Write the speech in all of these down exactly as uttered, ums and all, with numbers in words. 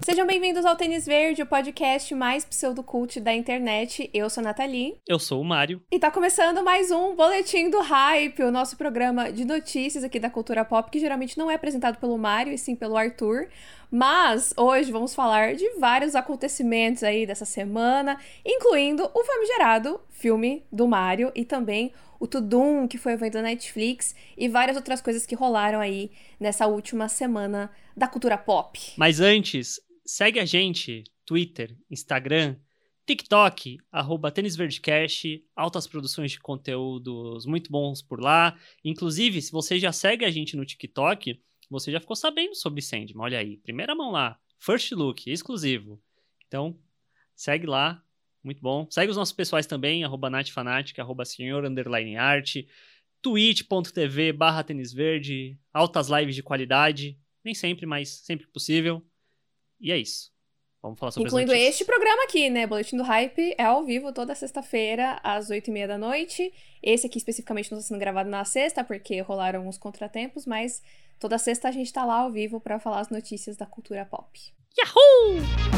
Sejam bem-vindos ao Tênis Verde, o podcast mais pseudocult da internet. Eu sou a Nathalie. Eu sou o Mário. E tá começando mais um Boletim do Hype, o nosso programa de notícias aqui da cultura pop, que geralmente não é apresentado pelo Mário, e sim pelo Arthur. Mas hoje vamos falar de vários acontecimentos aí dessa semana, incluindo o famigerado filme do Mário e também o Tudum, que foi o evento da Netflix, e várias outras coisas que rolaram aí nessa última semana da cultura pop. Mas antes, segue a gente, Twitter, Instagram, TikTok, arroba TênisVerdeCast, altas produções de conteúdos muito bons por lá. Inclusive, se você já segue a gente no TikTok, você já ficou sabendo sobre Sandman. Olha aí, primeira mão lá, first look, exclusivo. Então, segue lá, muito bom. Segue os nossos pessoais também, arroba natfanatic, arroba senhor, underline arte, twitch.tv barra tênisverde, altas lives de qualidade, nem sempre, mas sempre que possível. E é isso. Vamos falar sobre Incluindo as notícias. este programa aqui, né? Boletim do Hype é ao vivo toda sexta-feira, às oito e meia da noite. Esse aqui especificamente não está sendo gravado na sexta, porque rolaram uns contratempos, mas toda sexta a gente tá lá ao vivo para falar as notícias da cultura pop. Yahoo!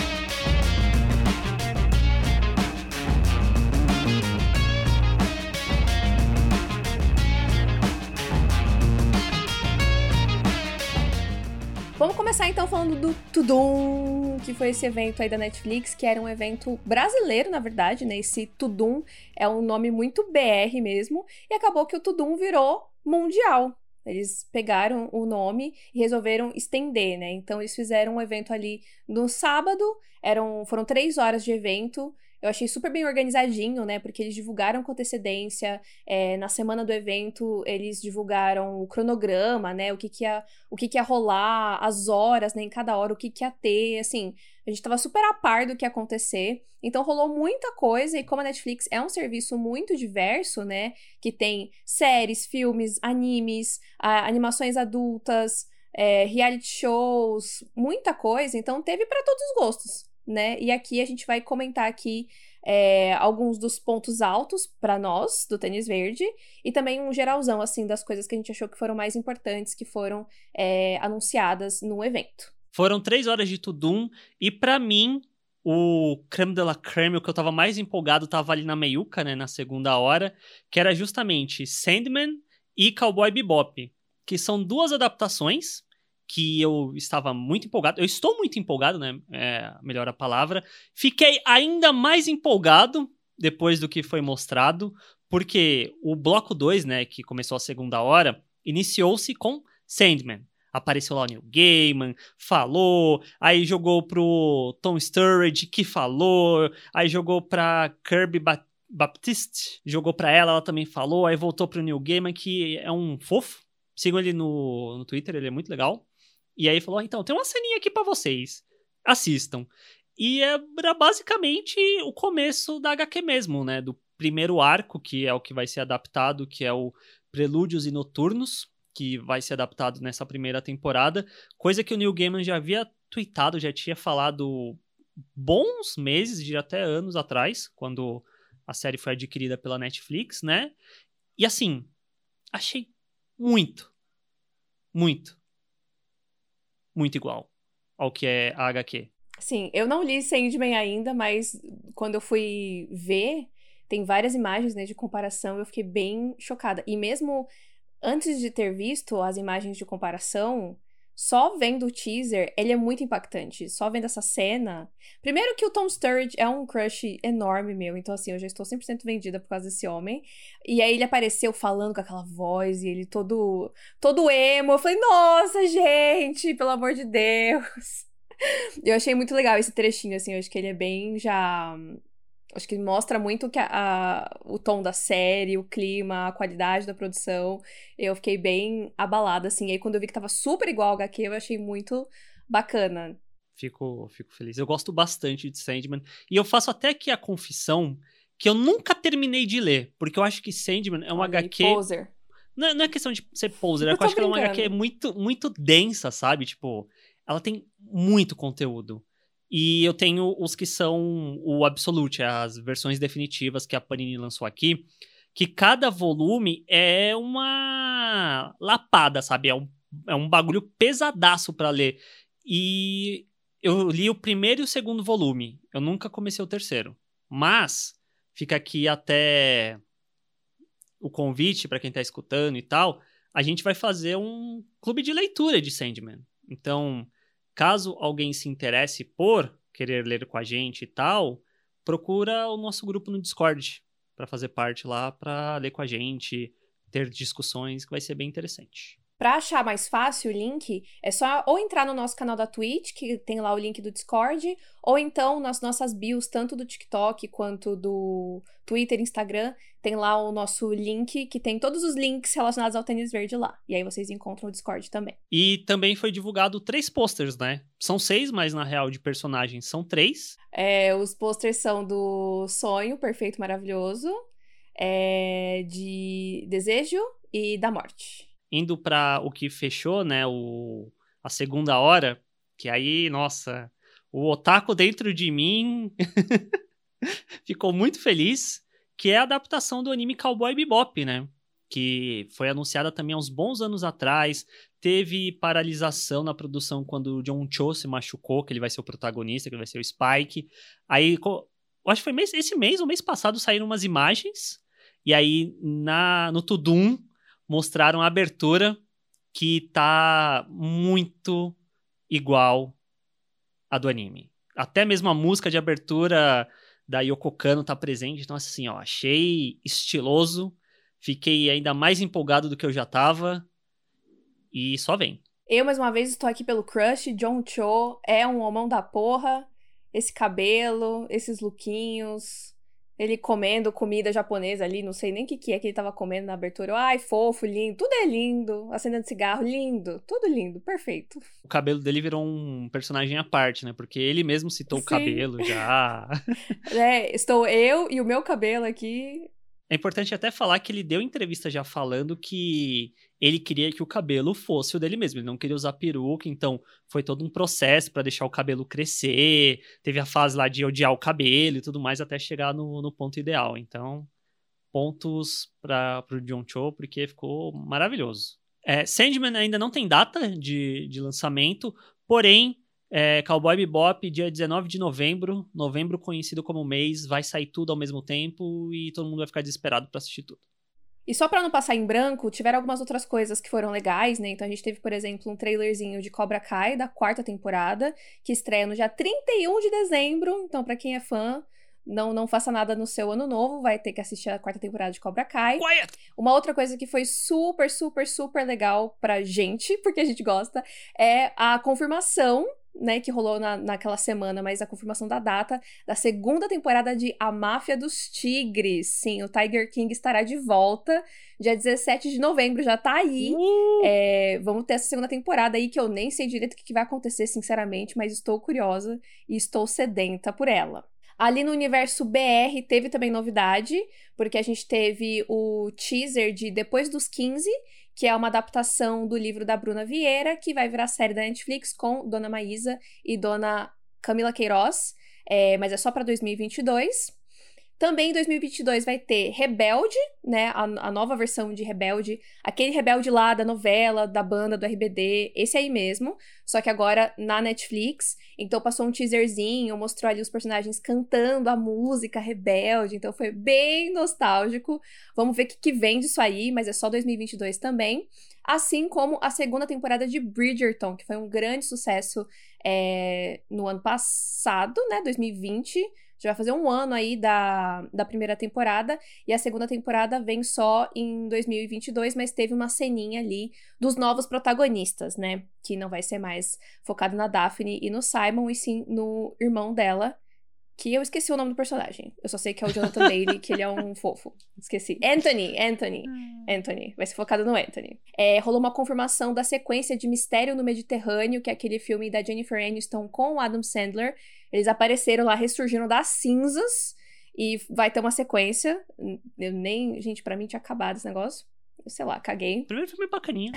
Vamos começar então falando do Tudum, que foi esse evento aí da Netflix, que era um evento brasileiro, na verdade, né? Esse Tudum é um nome muito B R mesmo, e acabou que o Tudum virou mundial. Eles pegaram o nome e resolveram estender, né? Então eles fizeram um evento ali no sábado, eram, foram três horas de evento. Eu achei super bem organizadinho, né? Porque eles divulgaram com antecedência. É, na semana do evento, eles divulgaram o cronograma, né? O que que ia, o que que ia rolar, as horas, né? Em cada hora, o que que ia ter, assim. A gente tava super a par do que ia acontecer. Então, rolou muita coisa. E como a Netflix é um serviço muito diverso, né? Que tem séries, filmes, animes, a, animações adultas, é, reality shows, muita coisa. Então, teve para todos os gostos, né? E aqui a gente vai comentar aqui é, alguns dos pontos altos para nós, do Tênis Verde, e também um geralzão, assim, das coisas que a gente achou que foram mais importantes, que foram é, anunciadas no evento. Foram três horas de Tudum, e pra mim, o creme de la creme, o que eu tava mais empolgado, tava ali na meiuca, né, na segunda hora, que era justamente Sandman e Cowboy Bebop, que são duas adaptações que eu estava muito empolgado. Eu estou muito empolgado, né? É melhor a palavra. Fiquei ainda mais empolgado depois do que foi mostrado, porque o bloco dois, né, que começou a segunda hora, iniciou-se com Sandman. Apareceu lá o Neil Gaiman, falou, aí jogou pro Tom Sturridge, que falou, aí jogou pra Kirby Ba- Baptiste, jogou pra ela, ela também falou, aí voltou pro Neil Gaiman, que é um fofo. Sigam ele no, no Twitter, ele é muito legal. E aí falou, então, tem uma ceninha aqui pra vocês. Assistam. E era basicamente o começo da agá quê mesmo, né? Do primeiro arco, que é o que vai ser adaptado, que é o Prelúdios e Noturnos, que vai ser adaptado nessa primeira temporada. Coisa que o Neil Gaiman já havia tweetado, já tinha falado bons meses, de até anos atrás, quando a série foi adquirida pela Netflix, né? E assim, achei muito, muito, muito igual ao que é a agá quê. Sim, eu não li Sandman ainda, mas quando eu fui ver, tem várias imagens, né, de comparação, eu fiquei bem chocada. E mesmo antes de ter visto as imagens de comparação, só vendo o teaser, ele é muito impactante. Só vendo essa cena. Primeiro que o Tom Sturridge é um crush enorme meu, então assim, eu já estou cem por cento vendida por causa desse homem. E aí ele apareceu falando com aquela voz, e ele todo, todo emo. Eu falei, nossa, gente, pelo amor de Deus. Eu achei muito legal esse trechinho, assim, eu acho que ele é bem já... Acho que mostra muito que a, a, o tom da série, o clima, a qualidade da produção. Eu fiquei bem abalada, assim. E aí, quando eu vi que tava super igual ao agá quê, eu achei muito bacana. Fico, fico feliz. Eu gosto bastante de Sandman. E eu faço até aqui a confissão que eu nunca terminei de ler. Porque eu acho que Sandman é um Olha aí, agá quê... poser. Não, não é questão de ser poser. É Eu que eu tô acho que ela é uma agá quê brincando. muito, muito densa, sabe? Tipo, ela tem muito conteúdo. E eu tenho os que são o Absolute, as versões definitivas que a Panini lançou aqui, que cada volume é uma lapada, sabe? É um, é um bagulho pesadaço pra ler. E eu li o primeiro e o segundo volume. Eu nunca comecei o terceiro. Mas fica aqui até o convite para quem tá escutando e tal. A gente vai fazer um clube de leitura de Sandman. Então, caso alguém se interesse por querer ler com a gente e tal, procura o nosso grupo no Discord para fazer parte lá, para ler com a gente, ter discussões, que vai ser bem interessante. Pra achar mais fácil o link, é só ou entrar no nosso canal da Twitch, que tem lá o link do Discord, ou então nas nossas bios, tanto do TikTok quanto do Twitter e Instagram, tem lá o nosso link, que tem todos os links relacionados ao Tênis Verde lá. E aí vocês encontram o Discord também. E também foi divulgado três posters, né? São seis, mas na real de personagens são três. É, os posters são do Sonho, Perfeito, Maravilhoso, é, de Desejo e da Morte. Indo para o que fechou, né, o, a segunda hora, que aí, nossa, o otaku dentro de mim ficou muito feliz, que é a adaptação do anime Cowboy Bebop, né, que foi anunciada também há uns bons anos atrás, teve paralisação na produção quando o John Cho se machucou, que ele vai ser o protagonista, que ele vai ser o Spike, aí, eu acho que foi mês, esse mês ou mês passado saíram umas imagens, e aí na, no Tudum, mostraram a abertura que tá muito igual a do anime. Até mesmo a música de abertura da Yoko Kanno tá presente. Então, assim, ó, achei estiloso. Fiquei ainda mais empolgado do que eu já tava. E só vem. Eu, mais uma vez, estou aqui pelo crush. John Cho é um homão da porra. Esse cabelo, esses lookinhos... Ele comendo comida japonesa ali, não sei nem o que, que é que ele tava comendo na abertura. Ai, fofo, lindo, tudo é lindo. Acendendo cigarro, lindo, tudo lindo, perfeito. O cabelo dele virou um personagem à parte, né? Porque ele mesmo citou Sim. o cabelo já. É, estou eu e o meu cabelo aqui. É importante até falar que ele deu entrevista já falando que ele queria que o cabelo fosse o dele mesmo. Ele não queria usar peruca, então foi todo um processo para deixar o cabelo crescer. Teve a fase lá de odiar o cabelo e tudo mais até chegar no, no ponto ideal. Então, pontos para o John Cho, porque ficou maravilhoso. É, Sandman ainda não tem data de, de lançamento, porém... É, Cowboy Bebop, dia dezenove de novembro, novembro conhecido como mês, vai sair tudo ao mesmo tempo e todo mundo vai ficar desesperado pra assistir tudo. E só pra não passar em branco, tiveram algumas outras coisas que foram legais, né? Então a gente teve, por exemplo, um trailerzinho de Cobra Kai, da quarta temporada, que estreia no dia trinta e um de dezembro. Então, pra quem é fã, não, não faça nada no seu ano novo, vai ter que assistir a quarta temporada de Cobra Kai. Quiet! Uma outra coisa que foi super, super, super legal pra gente, porque a gente gosta, é a confirmação, né, que rolou na, naquela semana, mas a confirmação da data da segunda temporada de A Máfia dos Tigres. Sim, o Tiger King estará de volta dia dezessete de novembro, já tá aí. Uh! É, vamos ter essa segunda temporada aí que eu nem sei direito o que vai acontecer, sinceramente, mas estou curiosa e estou sedenta por ela. Ali no universo B R teve também novidade, porque a gente teve o teaser de Depois dos quinze, que é uma adaptação do livro da Bruna Vieira, que vai virar série da Netflix com Dona Maísa e Dona Camila Queiroz, é, mas é só para dois mil e vinte e dois. Também em dois mil e vinte e dois vai ter Rebelde, né, a, a nova versão de Rebelde, aquele Rebelde lá da novela, da banda, do R B D, esse aí mesmo, só que agora na Netflix. Então passou um teaserzinho, mostrou ali os personagens cantando a música Rebelde, então foi bem nostálgico. Vamos ver o que, que vem disso aí, mas é só dois mil e vinte e dois também. Assim como a segunda temporada de Bridgerton, que foi um grande sucesso é, no ano passado, né, dois mil e vinte. Já vai fazer um ano aí da, da primeira temporada, e a segunda temporada vem só em dois mil e vinte e dois, mas teve uma ceninha ali dos novos protagonistas, né? Que não vai ser mais focado na Daphne e no Simon, e sim no irmão dela, que eu esqueci o nome do personagem. Eu só sei que é o Jonathan Bailey, que ele é um fofo. Esqueci. Anthony, Anthony. Anthony. Vai ser focado no Anthony. É, rolou uma confirmação da sequência de Mistério no Mediterrâneo, que é aquele filme da Jennifer Aniston com o Adam Sandler. Eles apareceram lá, ressurgindo das cinzas, e vai ter uma sequência. Eu nem... Gente, pra mim tinha acabado esse negócio. Eu sei lá, caguei. Primeiro filme bacaninha.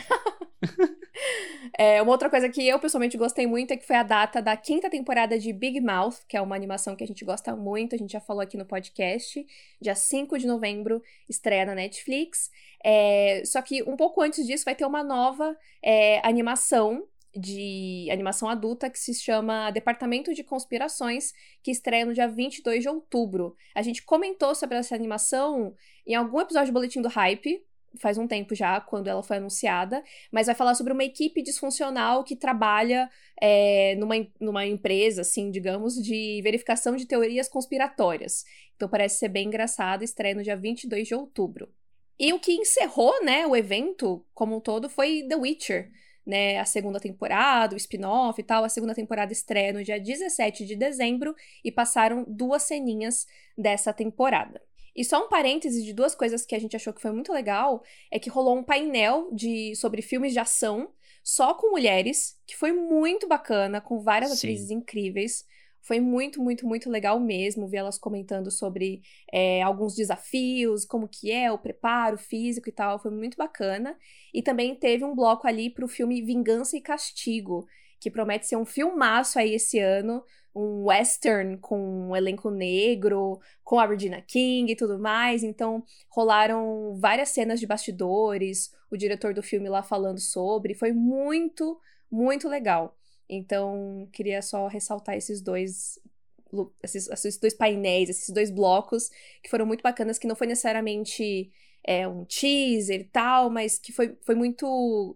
É, uma outra coisa que eu pessoalmente gostei muito é que foi a data da quinta temporada de Big Mouth, que é uma animação que a gente gosta muito, a gente já falou aqui no podcast. Dia cinco de novembro, estreia na Netflix. É, só que um pouco antes disso vai ter uma nova é, animação, de animação adulta que se chama Departamento de Conspirações, que estreia no dia vinte e dois de outubro. A gente comentou sobre essa animação em algum episódio do Boletim do Hype, faz um tempo já, quando ela foi anunciada, mas vai falar sobre uma equipe disfuncional que trabalha é, numa, numa empresa, assim, digamos, de verificação de teorias conspiratórias. Então parece ser bem engraçado, estreia no dia vinte e dois de outubro. E o que encerrou, né, o evento como um todo foi The Witcher, né, a segunda temporada, o spin-off e tal. A segunda temporada estreia no dia dezessete de dezembro e passaram duas ceninhas dessa temporada. E só um parêntese de duas coisas que a gente achou que foi muito legal, é que rolou um painel de, sobre filmes de ação, só com mulheres, que foi muito bacana, com várias Sim. atrizes incríveis. Foi muito, muito, muito legal mesmo ver elas comentando sobre é, alguns desafios, como que é o preparo físico e tal, foi muito bacana. E também teve um bloco ali pro filme Vingança e Castigo, que promete ser um filmaço aí esse ano, um western com um elenco negro, com a Regina King e tudo mais. Então rolaram várias cenas de bastidores, o diretor do filme lá falando sobre, foi muito, muito legal. Então, queria só ressaltar esses dois, esses, esses dois painéis, esses dois blocos, que foram muito bacanas, que não foi necessariamente é, um teaser e tal, mas que foi, foi muito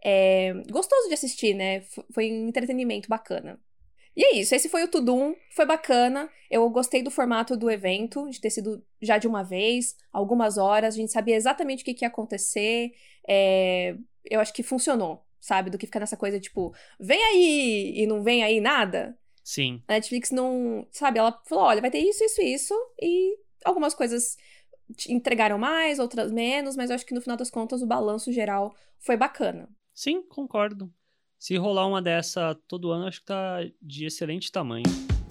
é, gostoso de assistir, né? Foi, foi um entretenimento bacana. E é isso, esse foi o Tudum, foi bacana, eu gostei do formato do evento, de ter sido já de uma vez, algumas horas, a gente sabia exatamente o que, que ia acontecer, é, eu acho que funcionou. Sabe? Do que ficar nessa coisa, tipo, vem aí e não vem aí nada. Sim. A Netflix não... Sabe? Ela falou, olha, vai ter isso, isso, isso. E algumas coisas entregaram mais, outras menos. Mas eu acho que no final das contas o balanço geral foi bacana. Sim, concordo. Se rolar uma dessa todo ano, acho que tá de excelente tamanho.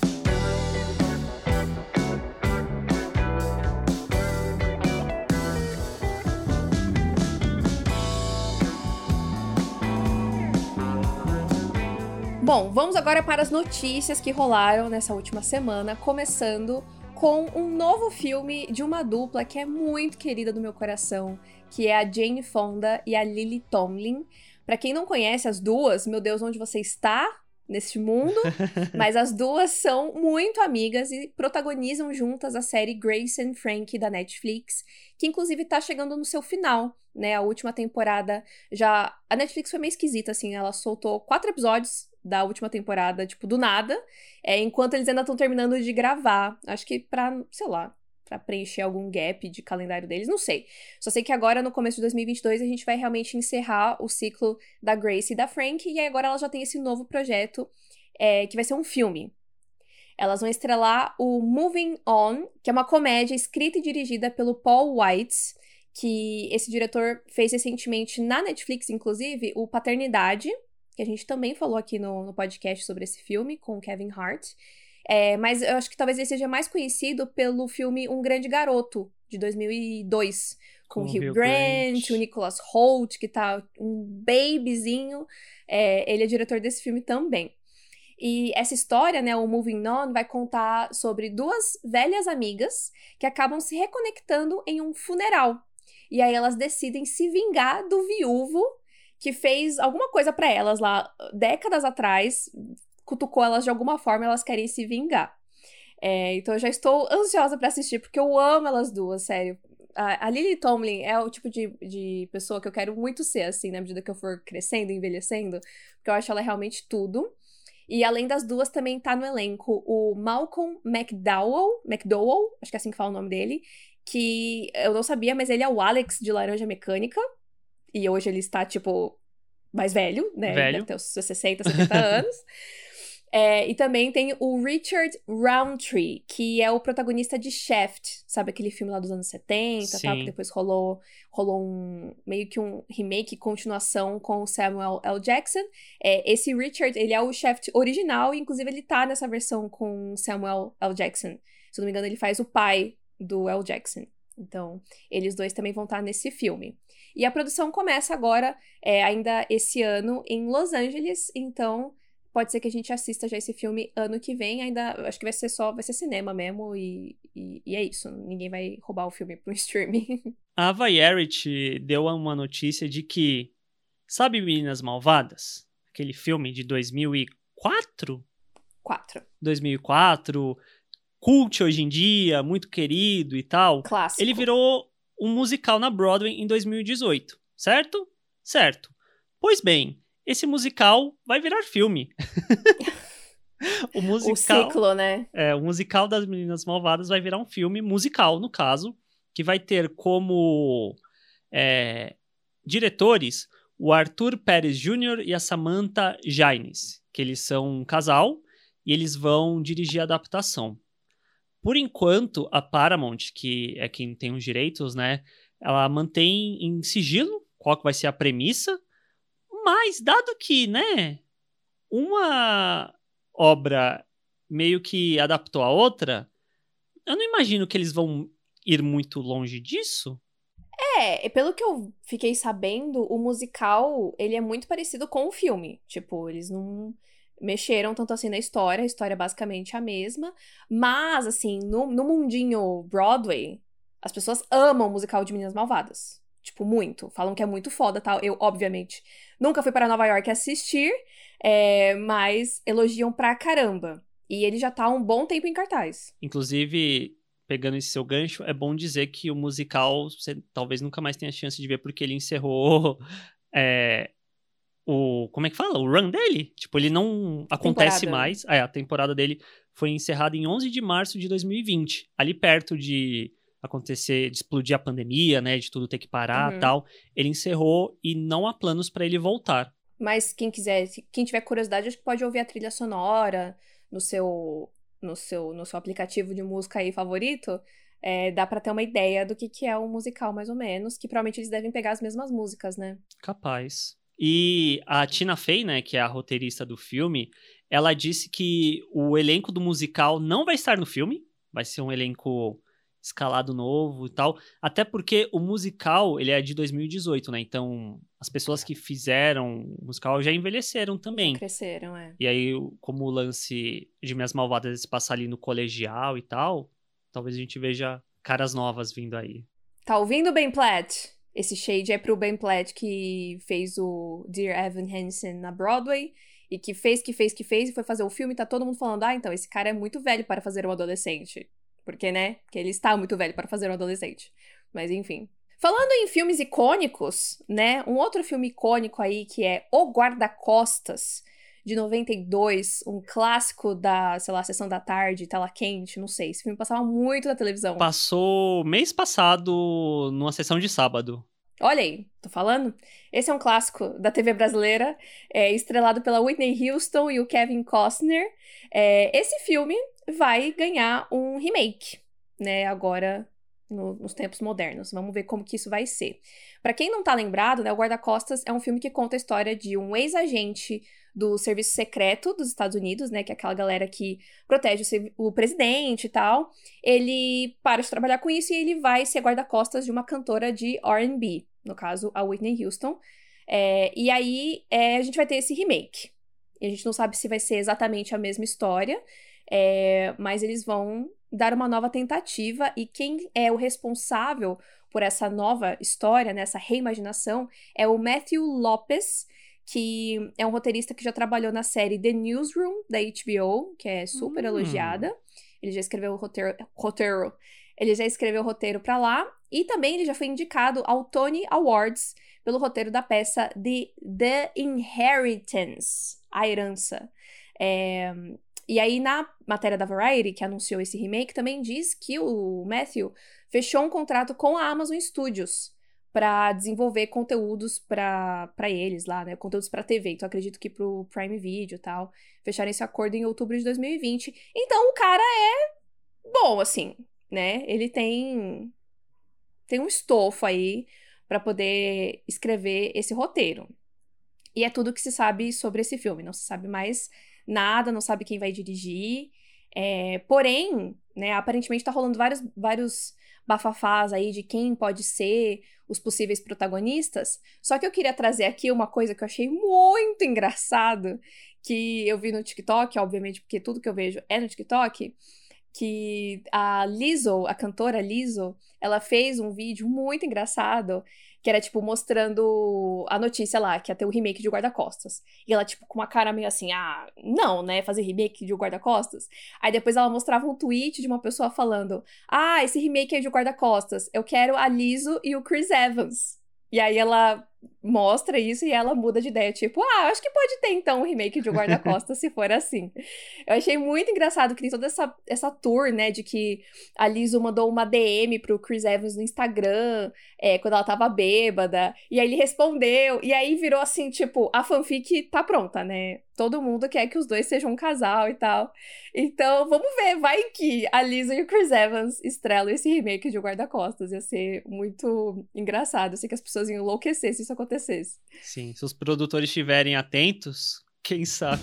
Bom, vamos agora para as notícias que rolaram nessa última semana, começando com um novo filme de uma dupla que é muito querida do meu coração, que é a Jane Fonda e a Lily Tomlin. Pra quem não conhece as duas, meu Deus, onde você está neste mundo? Mas as duas são muito amigas e protagonizam juntas a série Grace and Frankie da Netflix, que inclusive tá chegando no seu final, né? A última temporada já... A Netflix foi meio esquisita, assim, ela soltou quatro episódios da última temporada, tipo, do nada, é, enquanto eles ainda estão terminando de gravar. Acho que pra, sei lá, pra preencher algum gap de calendário deles, não sei. Só sei que agora, no começo de dois mil e vinte e dois, a gente vai realmente encerrar o ciclo da Grace e da Frank, e aí agora ela já tem esse novo projeto, é, que vai ser um filme. Elas vão estrelar o Moving On, que é uma comédia escrita e dirigida pelo Paul Weitz, que esse diretor fez recentemente na Netflix, inclusive, o Paternidade, que a gente também falou aqui no, no podcast sobre esse filme, com o Kevin Hart. É, mas eu acho que talvez ele seja mais conhecido pelo filme Um Grande Garoto, de dois mil e dois, com, com o Hugh Grant, Grant, o Nicholas Hoult, que tá um babyzinho. É, ele é diretor desse filme também. E essa história, né, o Moving On, vai contar sobre duas velhas amigas que acabam se reconectando em um funeral. E aí elas decidem se vingar do viúvo que fez alguma coisa pra elas lá décadas atrás, cutucou elas de alguma forma, elas querem se vingar. É, então eu já estou ansiosa pra assistir, porque eu amo elas duas, sério. A, a Lily Tomlin é o tipo de, de pessoa que eu quero muito ser, assim, na medida que eu for crescendo, envelhecendo, porque eu acho ela realmente tudo. E além das duas, também tá no elenco o Malcolm McDowell, McDowell, acho que é assim que fala o nome dele, que eu não sabia, mas ele é o Alex de Laranja Mecânica. E hoje ele está, tipo, mais velho, né? Velho. Deve ter uns sessenta, setenta anos. É, e também tem o Richard Roundtree, que é o protagonista de Shaft. Sabe aquele filme lá dos anos setenta, tal, que depois rolou, rolou um, meio que um remake, continuação com o Samuel L. Jackson. É, esse Richard, ele é o Shaft original, e inclusive ele tá nessa versão com Samuel L. Jackson. Se eu não me engano, ele faz o pai do L. Jackson. Então, eles dois também vão estar nesse filme. E a produção começa agora, é, ainda esse ano, em Los Angeles. Então, pode ser que a gente assista já esse filme ano que vem. Ainda, acho que vai ser só, vai ser cinema mesmo. E, e, e é isso, ninguém vai roubar o filme pro streaming. A Variety deu uma notícia de que, sabe Meninas Malvadas? aquele filme de dois mil e quatro? Quatro. dois mil e quatro, cult hoje em dia, muito querido e tal. Clássico. Ele virou um musical na Broadway em dois mil e dezoito, certo? Certo. Pois bem, esse musical vai virar filme. o musical, o ciclo, né? É, o musical das Meninas Malvadas vai virar um filme musical, no caso, que vai ter como é, diretores o Arthur Pérez Júnior e a Samantha Jaines, que eles são um casal e eles vão dirigir a adaptação. Por enquanto, a Paramount, que é quem tem os direitos, né, ela mantém em sigilo qual que vai ser a premissa, mas dado que, né, uma obra meio que adaptou a outra, eu não imagino que eles vão ir muito longe disso. É, pelo que eu fiquei sabendo, o musical, ele é muito parecido com o filme. Tipo, eles não mexeram tanto assim na história, a história é basicamente a mesma. Mas, assim, no, no mundinho Broadway, as pessoas amam o musical de Meninas Malvadas. Tipo, muito. Falam que é muito foda, tal. Eu, obviamente, nunca fui para Nova York assistir, é, mas elogiam pra caramba. E ele já tá há um bom tempo em cartaz. Inclusive, pegando esse seu gancho, é bom dizer que o musical você talvez nunca mais tenha chance de ver, porque ele encerrou é, o... Como é que fala? O run dele. Tipo, ele não acontece Temporada. mais. É, a temporada dele foi encerrada em onze de março de dois mil e vinte. Ali perto de acontecer, de explodir a pandemia, né? De tudo ter que parar e Uhum. tal. Ele encerrou e não há planos pra ele voltar. Mas quem quiser, quem tiver curiosidade, acho que pode ouvir a trilha sonora no seu, no seu, no seu aplicativo de música aí favorito. É, dá pra ter uma ideia do que, que é um musical, mais ou menos. Que provavelmente eles devem pegar as mesmas músicas, né? Capaz. E a Tina Fey, né, que é a roteirista do filme, ela disse que o elenco do musical não vai estar no filme. Vai ser um elenco escalado novo e tal. Até porque o musical, ele é de dois mil e dezoito, né? Então, as pessoas que fizeram o musical já envelheceram também. Já cresceram, é. E aí, como o lance de Minhas Malvadas se passar ali no colegial e tal, talvez a gente veja caras novas vindo aí. Tá ouvindo, Ben Platt? Esse shade é pro Ben Platt que fez o Dear Evan Hansen na Broadway e que fez, que fez, que fez e foi fazer o filme e tá todo mundo falando, ah, então esse cara é muito velho para fazer um adolescente. Porque, né? Porque ele está muito velho para fazer um adolescente. Mas, enfim. Falando em filmes icônicos, né? Um outro filme icônico aí que é O Guarda-Costas, de noventa e dois, um clássico da, sei lá, Sessão da Tarde, Tela Quente, não sei. Esse filme passava muito na televisão. Passou mês passado numa sessão de sábado. Olha aí, tô falando? Esse é um clássico da T V brasileira, é, estrelado pela Whitney Houston e o Kevin Costner. É, esse filme vai ganhar um remake, né, agora no, nos tempos modernos. Vamos ver como que isso vai ser. Pra quem não tá lembrado, né, o Guarda-Costas é um filme que conta a história de um ex-agente do Serviço Secreto dos Estados Unidos, né, que é aquela galera que protege o, o presidente e tal. Ele para de trabalhar com isso e ele vai ser guarda-costas de uma cantora de R and B, no caso, a Whitney Houston. É, e aí, é, a gente vai ter esse remake. E a gente não sabe se vai ser exatamente a mesma história, é, mas eles vão dar uma nova tentativa, e quem é o responsável por essa nova história, né, essa reimaginação, é o Matthew Lopez, que é um roteirista que já trabalhou na série The Newsroom, da H B O, que é super Hum. elogiada. Ele já escreveu o roteiro, roteiro. Ele já escreveu o roteiro pra lá. E também ele já foi indicado ao Tony Awards pelo roteiro da peça The, The Inheritance, A Herança. É, e aí, na matéria da Variety, que anunciou esse remake, também diz que o Matthew fechou um contrato com a Amazon Studios para desenvolver conteúdos para eles lá, né? Conteúdos para T V. Então, acredito que pro Prime Video e tal. Fecharam esse acordo em outubro de dois mil e vinte. Então, o cara é bom, assim, né? Ele tem, tem um estofo aí para poder escrever esse roteiro. E é tudo que se sabe sobre esse filme. Não se sabe mais nada, não sabe quem vai dirigir. É, porém, né, aparentemente tá rolando vários, vários bafafás aí de quem pode ser os possíveis protagonistas. Só que eu queria trazer aqui uma coisa que eu achei muito engraçado, que eu vi no TikTok, obviamente, porque tudo que eu vejo é no TikTok, que a Lizzo, a cantora Lizzo, ela fez um vídeo muito engraçado, que era, tipo, mostrando a notícia lá, que ia ter o remake de Guarda-Costas. E ela, tipo, com uma cara meio assim, ah, não, né, fazer remake de Guarda-Costas. Aí depois ela mostrava um tweet de uma pessoa falando, ah, esse remake aí de Guarda-Costas, eu quero a Lizzo e o Chris Evans. E aí ela mostra isso e ela muda de ideia, tipo, ah, acho que pode ter então um remake de O Guarda-Costas se for assim. Eu achei muito engraçado que tem toda essa, essa tour, né, de que a Lizzo mandou uma D M pro Chris Evans no Instagram, é, quando ela tava bêbada, e aí ele respondeu, e aí virou assim, tipo, a fanfic tá pronta, né? Todo mundo quer que os dois sejam um casal e tal. Então, vamos ver, vai que a Lizzo e o Chris Evans estrelam esse remake de O Guarda-Costas. Ia ser muito engraçado, assim, que as pessoas iam enlouquecer se isso acontecesse. Sim, se os produtores estiverem atentos, quem sabe?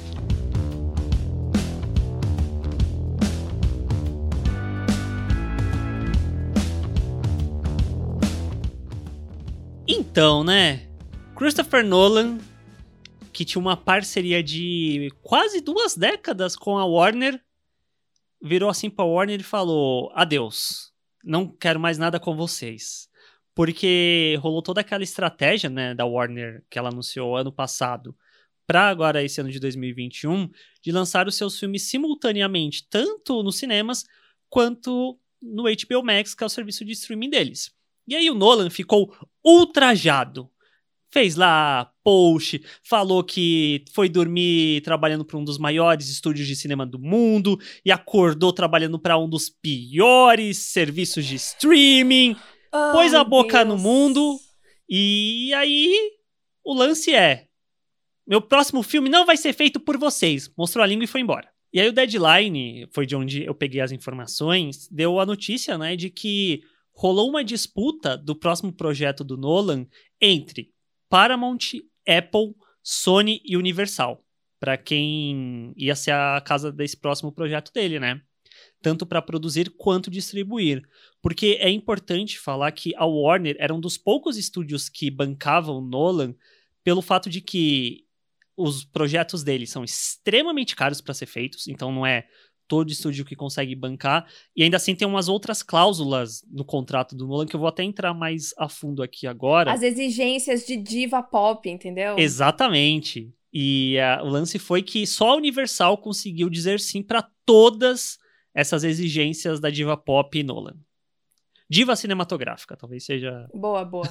Então, né? Christopher Nolan, que tinha uma parceria de quase duas décadas com a Warner, virou assim pra Warner e falou, adeus, não quero mais nada com vocês. Porque rolou toda aquela estratégia, né, da Warner, que ela anunciou ano passado, pra agora esse ano de dois mil e vinte e um, de lançar os seus filmes simultaneamente, tanto nos cinemas, quanto no H B O Max, que é o serviço de streaming deles. E aí o Nolan ficou ultrajado. Fez lá post, falou que foi dormir trabalhando para um dos maiores estúdios de cinema do mundo e acordou trabalhando para um dos piores serviços de streaming. Ai, Pôs a boca Deus. no mundo e aí o lance é, meu próximo filme não vai ser feito por vocês. Mostrou a língua e foi embora. E aí o Deadline, foi de onde eu peguei as informações, deu a notícia, né, de que rolou uma disputa do próximo projeto do Nolan entre Paramount, Apple, Sony e Universal, para quem ia ser a casa desse próximo projeto dele, né? Tanto para produzir quanto distribuir. Porque é importante falar que a Warner era um dos poucos estúdios que bancavam Nolan pelo fato de que os projetos dele são extremamente caros para ser feitos, então não é todo estúdio que consegue bancar, e ainda assim tem umas outras cláusulas no contrato do Nolan que eu vou até entrar mais a fundo aqui agora. As exigências de diva pop, entendeu? Exatamente. E uh, o lance foi que só a Universal conseguiu dizer sim para todas essas exigências da diva pop Nolan. Diva cinematográfica, talvez seja... Boa, boa.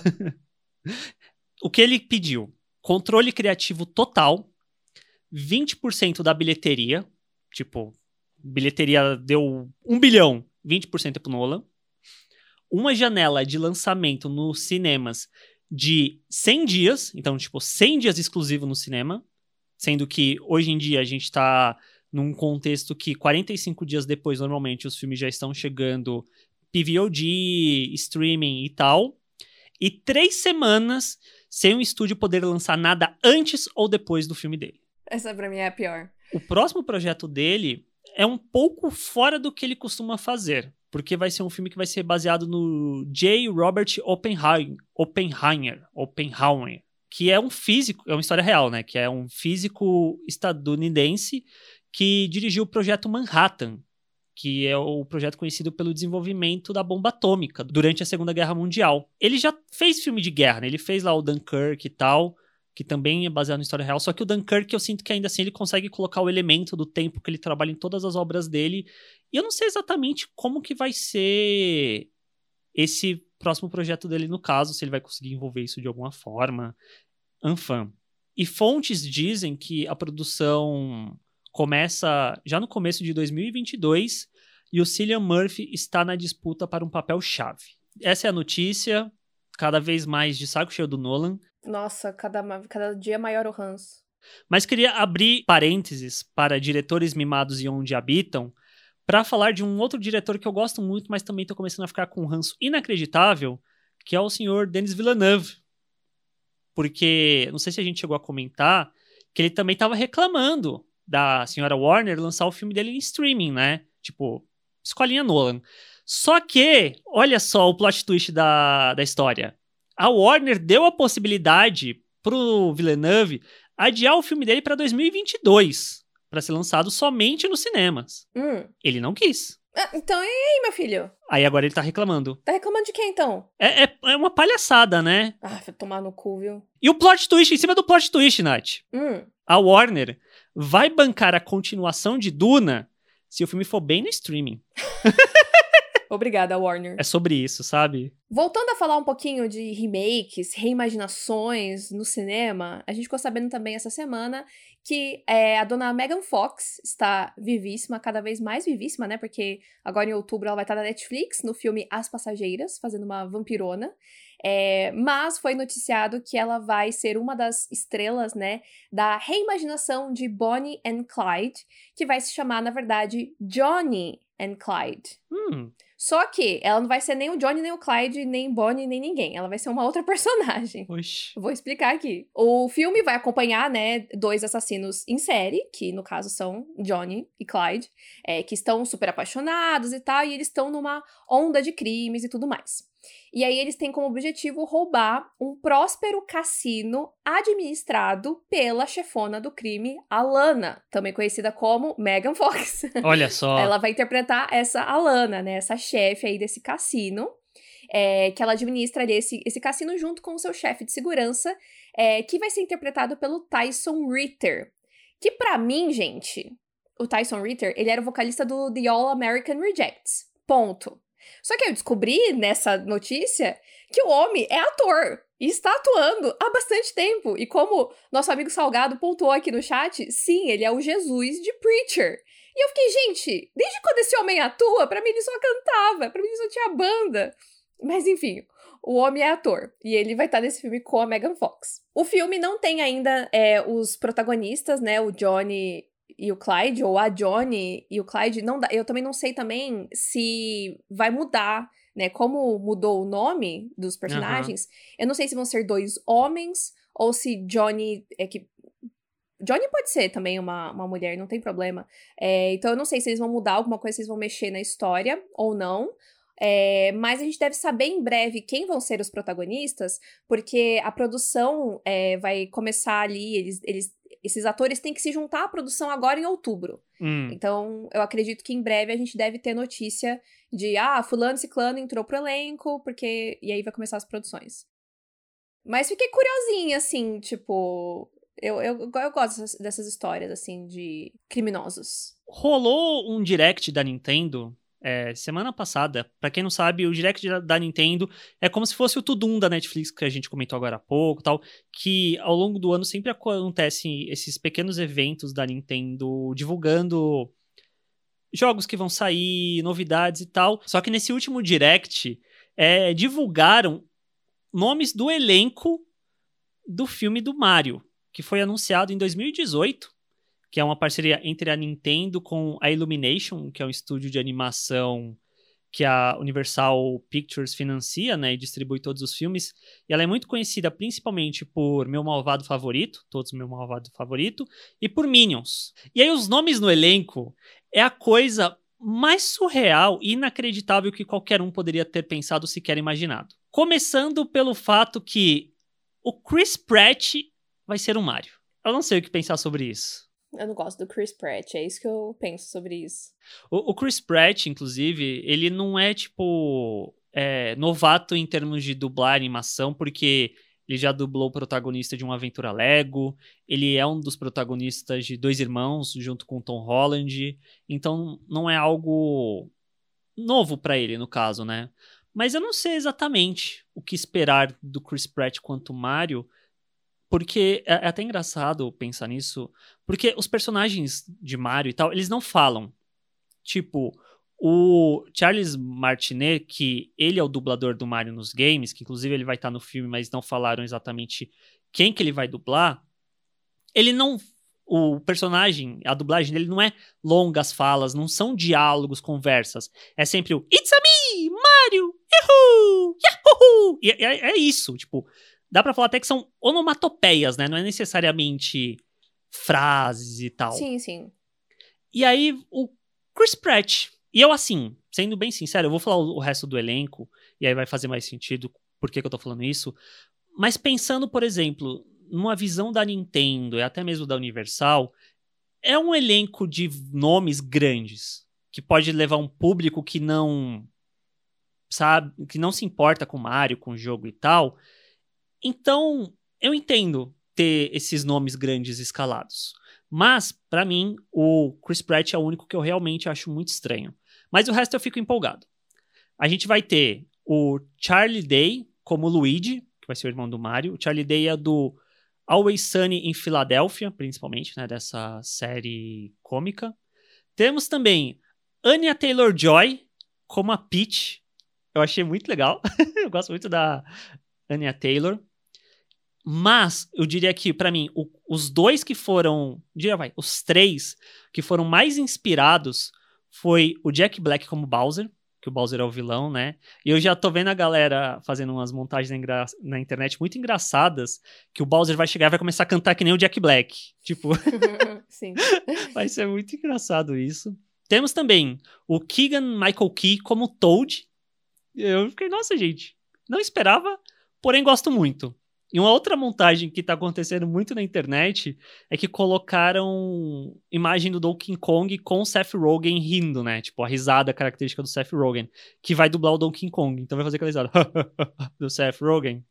O que ele pediu? Controle criativo total, vinte por cento da bilheteria, tipo... bilheteria deu um bilhão, vinte por cento é pro Nolan. Uma janela de lançamento nos cinemas de cem dias, então, tipo, cem dias exclusivo no cinema, sendo que hoje em dia a gente tá num contexto que quarenta e cinco dias depois, normalmente, os filmes já estão chegando P V O D, streaming e tal. E três semanas sem o estúdio poder lançar nada antes ou depois do filme dele. Essa pra mim é a pior. O próximo projeto dele é um pouco fora do que ele costuma fazer, porque vai ser um filme que vai ser baseado no J. Robert Oppenheimer, Oppenheimer, Oppenheimer, que é um físico, é uma história real, né? Que é um físico estadunidense que dirigiu o projeto Manhattan, que é o projeto conhecido pelo desenvolvimento da bomba atômica durante a Segunda Guerra Mundial. Ele já fez filme de guerra, né? Ele fez lá o Dunkirk e tal, que também é baseado na história real, só que o Dunkirk eu sinto que ainda assim ele consegue colocar o elemento do tempo que ele trabalha em todas as obras dele, e eu não sei exatamente como que vai ser esse próximo projeto dele no caso, se ele vai conseguir envolver isso de alguma forma, enfim. E fontes dizem que a produção começa já no começo de dois mil e vinte e dois e o Cillian Murphy está na disputa para um papel-chave. Essa é a notícia, cada vez mais de saco cheio do Nolan. Nossa, cada, cada dia maior o ranço. Mas queria abrir parênteses para diretores mimados e onde habitam para falar de um outro diretor que eu gosto muito, mas também estou começando a ficar com um ranço inacreditável, que é o senhor Denis Villeneuve. Porque, não sei se a gente chegou a comentar, que ele também estava reclamando da senhora Warner lançar o filme dele em streaming, né? Tipo, escolinha Nolan. Só que, olha só o plot twist da, da história. A Warner deu a possibilidade pro Villeneuve adiar o filme dele para dois mil e vinte e dois, para ser lançado somente nos cinemas. Hum. Ele não quis. Ah, então e aí, meu filho? Aí agora ele tá reclamando. Tá reclamando de quem, então? É, é, é uma palhaçada, né? Ah, vai tomar no cu, viu? E o plot twist, em cima do plot twist, Nath. Hum. A Warner vai bancar a continuação de Duna se o filme for bem no streaming. Obrigada, Warner. É sobre isso, sabe? Voltando a falar um pouquinho de remakes, reimaginações no cinema, a gente ficou sabendo também essa semana que é, a dona Megan Fox está vivíssima, cada vez mais vivíssima, né? Porque agora em outubro ela vai estar na Netflix, no filme As Passageiras, fazendo uma vampirona. É, mas foi noticiado que ela vai ser uma das estrelas, né, da reimaginação de Bonnie and Clyde, que vai se chamar, na verdade, Johnny and Clyde. Hum. Só que ela não vai ser nem o Johnny, nem o Clyde, nem Bonnie, nem ninguém. Ela vai ser uma outra personagem. Oxi. Vou explicar aqui. O filme vai acompanhar, né, dois assassinos em série, que no caso são Johnny e Clyde, é, que estão super apaixonados e tal, e eles estão numa onda de crimes e tudo mais. E aí eles têm como objetivo roubar um próspero cassino administrado pela chefona do crime, Alana, também conhecida como Megan Fox. Olha só. Ela vai interpretar essa Alana, né, essa chefe aí desse cassino, é, que ela administra ali esse, esse cassino junto com o seu chefe de segurança, é, que vai ser interpretado pelo Tyson Ritter. Que pra mim, gente, o Tyson Ritter, ele era o vocalista do The All American Rejects. Ponto. Só que eu descobri nessa notícia que o homem é ator e está atuando há bastante tempo. E como nosso amigo Salgado pontuou aqui no chat, sim, ele é o Jesus de Preacher. E eu fiquei, gente, desde quando esse homem atua, pra mim ele só cantava, pra mim ele só tinha banda. Mas enfim, o homem é ator e ele vai estar nesse filme com a Megan Fox. O filme não tem ainda é, os protagonistas, né, o Johnny e o Clyde, ou a Johnny e o Clyde, não dá, eu também não sei também se vai mudar, né, como mudou o nome dos personagens, uhum. Eu não sei se vão ser dois homens, ou se Johnny, é que Johnny pode ser também uma, uma mulher, não tem problema, é, então eu não sei se eles vão mudar alguma coisa, se eles vão mexer na história, ou não, é, mas a gente deve saber em breve quem vão ser os protagonistas, porque a produção é, vai começar ali, eles, eles esses atores têm que se juntar à produção agora em outubro. Hum. Então, eu acredito que em breve a gente deve ter notícia de, ah, fulano e ciclano entrou pro elenco, porque... E aí vai começar as produções. Mas fiquei curiosinha, assim, tipo... Eu, eu, eu gosto dessas, dessas histórias, assim, de criminosos. Rolou um direct da Nintendo... É, semana passada, pra quem não sabe, o Direct da Nintendo é como se fosse o Tudum da Netflix, que a gente comentou agora há pouco, tal, que ao longo do ano sempre acontecem esses pequenos eventos da Nintendo divulgando jogos que vão sair, novidades e tal. Só que nesse último Direct, é, divulgaram nomes do elenco do filme do Mario, que foi anunciado em dois mil e dezoito. Que é uma parceria entre a Nintendo com a Illumination, que é um estúdio de animação que a Universal Pictures financia, né, e distribui todos os filmes. E ela é muito conhecida principalmente por Meu Malvado Favorito, todos Meu Malvado Favorito, e por Minions. E aí os nomes no elenco é a coisa mais surreal e inacreditável que qualquer um poderia ter pensado ou sequer imaginado. Começando pelo fato que o Chris Pratt vai ser o Mario. Eu não sei o que pensar sobre isso. Eu não gosto do Chris Pratt, é isso que eu penso sobre isso. O, o Chris Pratt, inclusive, ele não é, tipo, é, novato em termos de dublar animação, porque ele já dublou o protagonista de Uma Aventura Lego, ele é um dos protagonistas de Dois Irmãos, junto com Tom Holland, então não é algo novo pra ele, no caso, né? Mas eu não sei exatamente o que esperar do Chris Pratt quanto Mario, porque é até engraçado pensar nisso, porque os personagens de Mario e tal, eles não falam. Tipo, o Charles Martinet, que ele é o dublador do Mario nos games, que inclusive ele vai estar no filme, mas não falaram exatamente quem que ele vai dublar, ele não... O personagem, a dublagem dele não é longas falas, não são diálogos, conversas. É sempre o It's a me, Mario, Yahoo, Yahoo! E é, é isso, tipo... Dá pra falar até que são onomatopeias, né? Não é necessariamente frases e tal. Sim, sim. E aí, o Chris Pratt. E eu, assim, sendo bem sincero, eu vou falar o resto do elenco, e aí vai fazer mais sentido por que, que eu tô falando isso. Mas pensando, por exemplo, numa visão da Nintendo e até mesmo da Universal, é um elenco de nomes grandes. que pode levar um público que não sabe, que não se importa com Mario, com o jogo e tal. Então, eu entendo ter esses nomes grandes escalados. Mas, pra mim, o Chris Pratt é o único que eu realmente acho muito estranho. Mas o resto eu fico empolgado. A gente vai ter o Charlie Day como Luigi, que vai ser o irmão do Mario. O Charlie Day é do Always Sunny em Filadélfia, principalmente, né, dessa série cômica. Temos também Anya Taylor-Joy como a Peach. Eu achei muito legal. Eu gosto muito da Anya Taylor. Mas, eu diria que, pra mim, o, os dois que foram... Diria, vai, os três que foram mais inspirados foi o Jack Black como Bowser, que o Bowser é o vilão, né? E eu já tô vendo a galera fazendo umas montagens na, engra... na internet muito engraçadas, que o Bowser vai chegar e vai começar a cantar que nem o Jack Black. Tipo... Sim. Vai ser muito engraçado isso. Temos também o Keegan-Michael Key como Toad. Eu fiquei, nossa, gente, não esperava, porém gosto muito. E uma outra montagem que tá acontecendo muito na internet é que colocaram imagem do Donkey Kong com o Seth Rogen rindo, né? Tipo, a risada característica do Seth Rogen, que vai dublar o Donkey Kong. Então vai fazer aquela risada do Seth Rogen.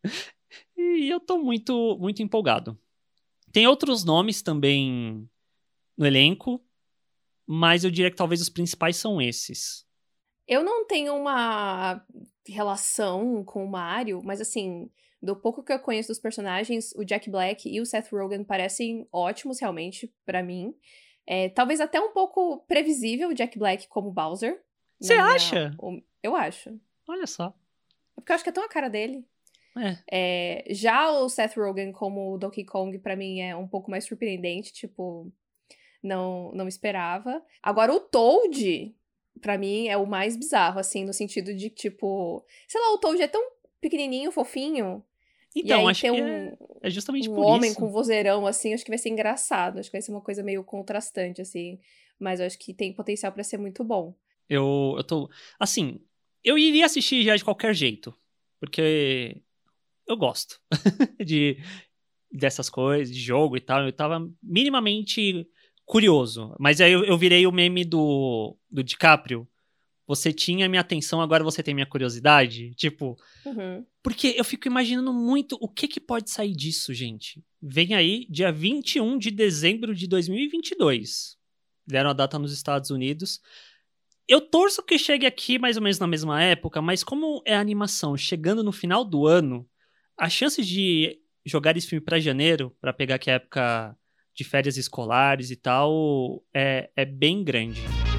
E eu tô muito, muito empolgado. Tem outros nomes também no elenco, mas eu diria que talvez os principais são esses. Eu não tenho uma relação com o Mario, mas assim, do pouco que eu conheço dos personagens, o Jack Black e o Seth Rogen parecem ótimos realmente pra mim. É, talvez até um pouco previsível o Jack Black como Bowser. Você minha... acha? Eu acho. Olha só. É porque eu acho que é tão a cara dele. É. É, já o Seth Rogen como Donkey Kong, pra mim, é um pouco mais surpreendente, tipo, não, não esperava. Agora, o Toad, pra mim, é o mais bizarro, assim, no sentido de, tipo, sei lá, o Toad é tão pequenininho, fofinho. Então, e aí acho ter que um, é, é justamente um por homem isso. com vozeirão, assim, acho que vai ser engraçado. Acho que vai ser uma coisa meio contrastante, assim. Mas eu acho que tem potencial pra ser muito bom. Eu, eu tô... Assim, eu iria assistir já de qualquer jeito. Porque eu gosto de, dessas coisas, de jogo e tal. Eu tava minimamente curioso. Mas aí eu, eu virei o meme do, do DiCaprio. Você tinha minha atenção, agora você tem minha curiosidade. Tipo... Uhum. Porque eu fico imaginando muito o que, que pode sair disso, gente. Vem aí, dia vinte e um de dezembro de dois mil e vinte e dois. Deram a data nos Estados Unidos. Eu torço que chegue aqui mais ou menos na mesma época, mas como é a animação chegando no final do ano, a chance de jogar esse filme pra janeiro, pra pegar aqui a época de férias escolares e tal, é, é bem grande.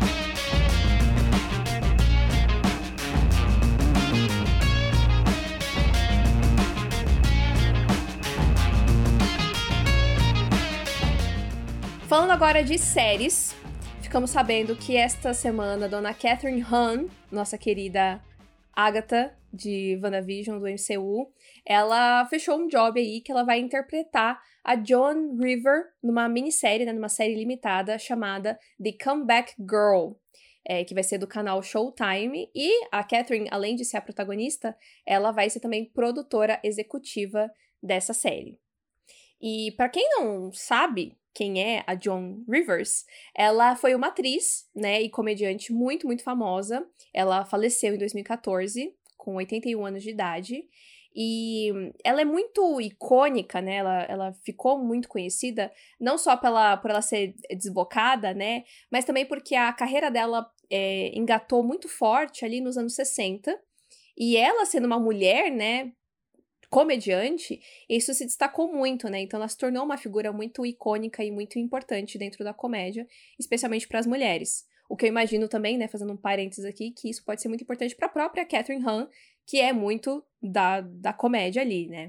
Falando agora de séries, ficamos sabendo que esta semana a dona Catherine Hahn, nossa querida Agatha de WandaVision do M C U, ela fechou um job aí que ela vai interpretar a Joan River numa minissérie, né, numa série limitada chamada The Comeback Girl, é, que vai ser do canal Showtime. E a Catherine, além de ser a protagonista, ela vai ser também produtora executiva dessa série. E pra quem não sabe quem é a Joan Rivers, ela foi uma atriz, né, e comediante muito, muito famosa. Ela faleceu em dois mil e catorze, com oitenta e um anos de idade. E ela é muito icônica, né, ela, ela ficou muito conhecida, não só pela, por ela ser desbocada, né, mas também porque a carreira dela é, engatou muito forte ali nos anos sessenta. E ela, sendo uma mulher, né, comediante, isso se destacou muito, né? Então ela se tornou uma figura muito icônica e muito importante dentro da comédia, especialmente para as mulheres. O que eu imagino também, né, fazendo um parênteses aqui, que isso pode ser muito importante para a própria Catherine Hahn, que é muito da, da comédia ali, né?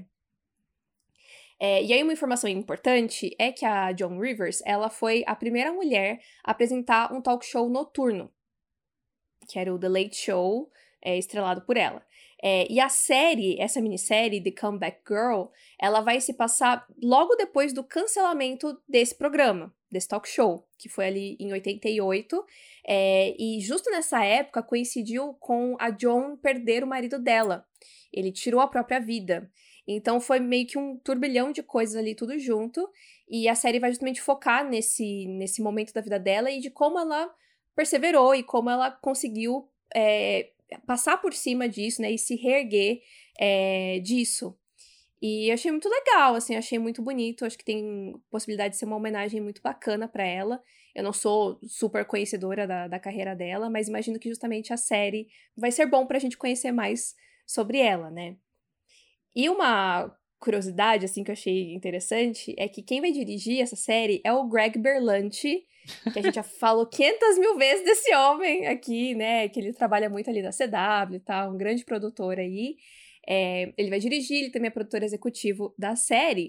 É, e aí uma informação importante é que a Joan Rivers, ela foi a primeira mulher a apresentar um talk show noturno, que era o The Late Show, é, estrelado por ela. É, e a série, essa minissérie, The Comeback Girl, ela vai se passar logo depois do cancelamento desse programa, desse talk show, que foi ali em oitenta e oito. É, e justo nessa época coincidiu com a Joan perder o marido dela. Ele tirou a própria vida. Então foi meio que um turbilhão de coisas ali, tudo junto. E a série vai justamente focar nesse, nesse momento da vida dela e de como ela perseverou e como ela conseguiu é, passar por cima disso, né, e se reerguer é, disso. E eu achei muito legal, assim, achei muito bonito, acho que tem possibilidade de ser uma homenagem muito bacana pra ela. Eu não sou super conhecedora da, da carreira dela, mas imagino que justamente a série vai ser bom pra gente conhecer mais sobre ela, né? E uma curiosidade, assim, que eu achei interessante é que quem vai dirigir essa série é o Greg Berlanti, que a gente já falou quinhentas mil vezes desse homem aqui, né? Que ele trabalha muito ali na C W e tal, um grande produtor aí. É, ele vai dirigir, ele também é produtor executivo da série.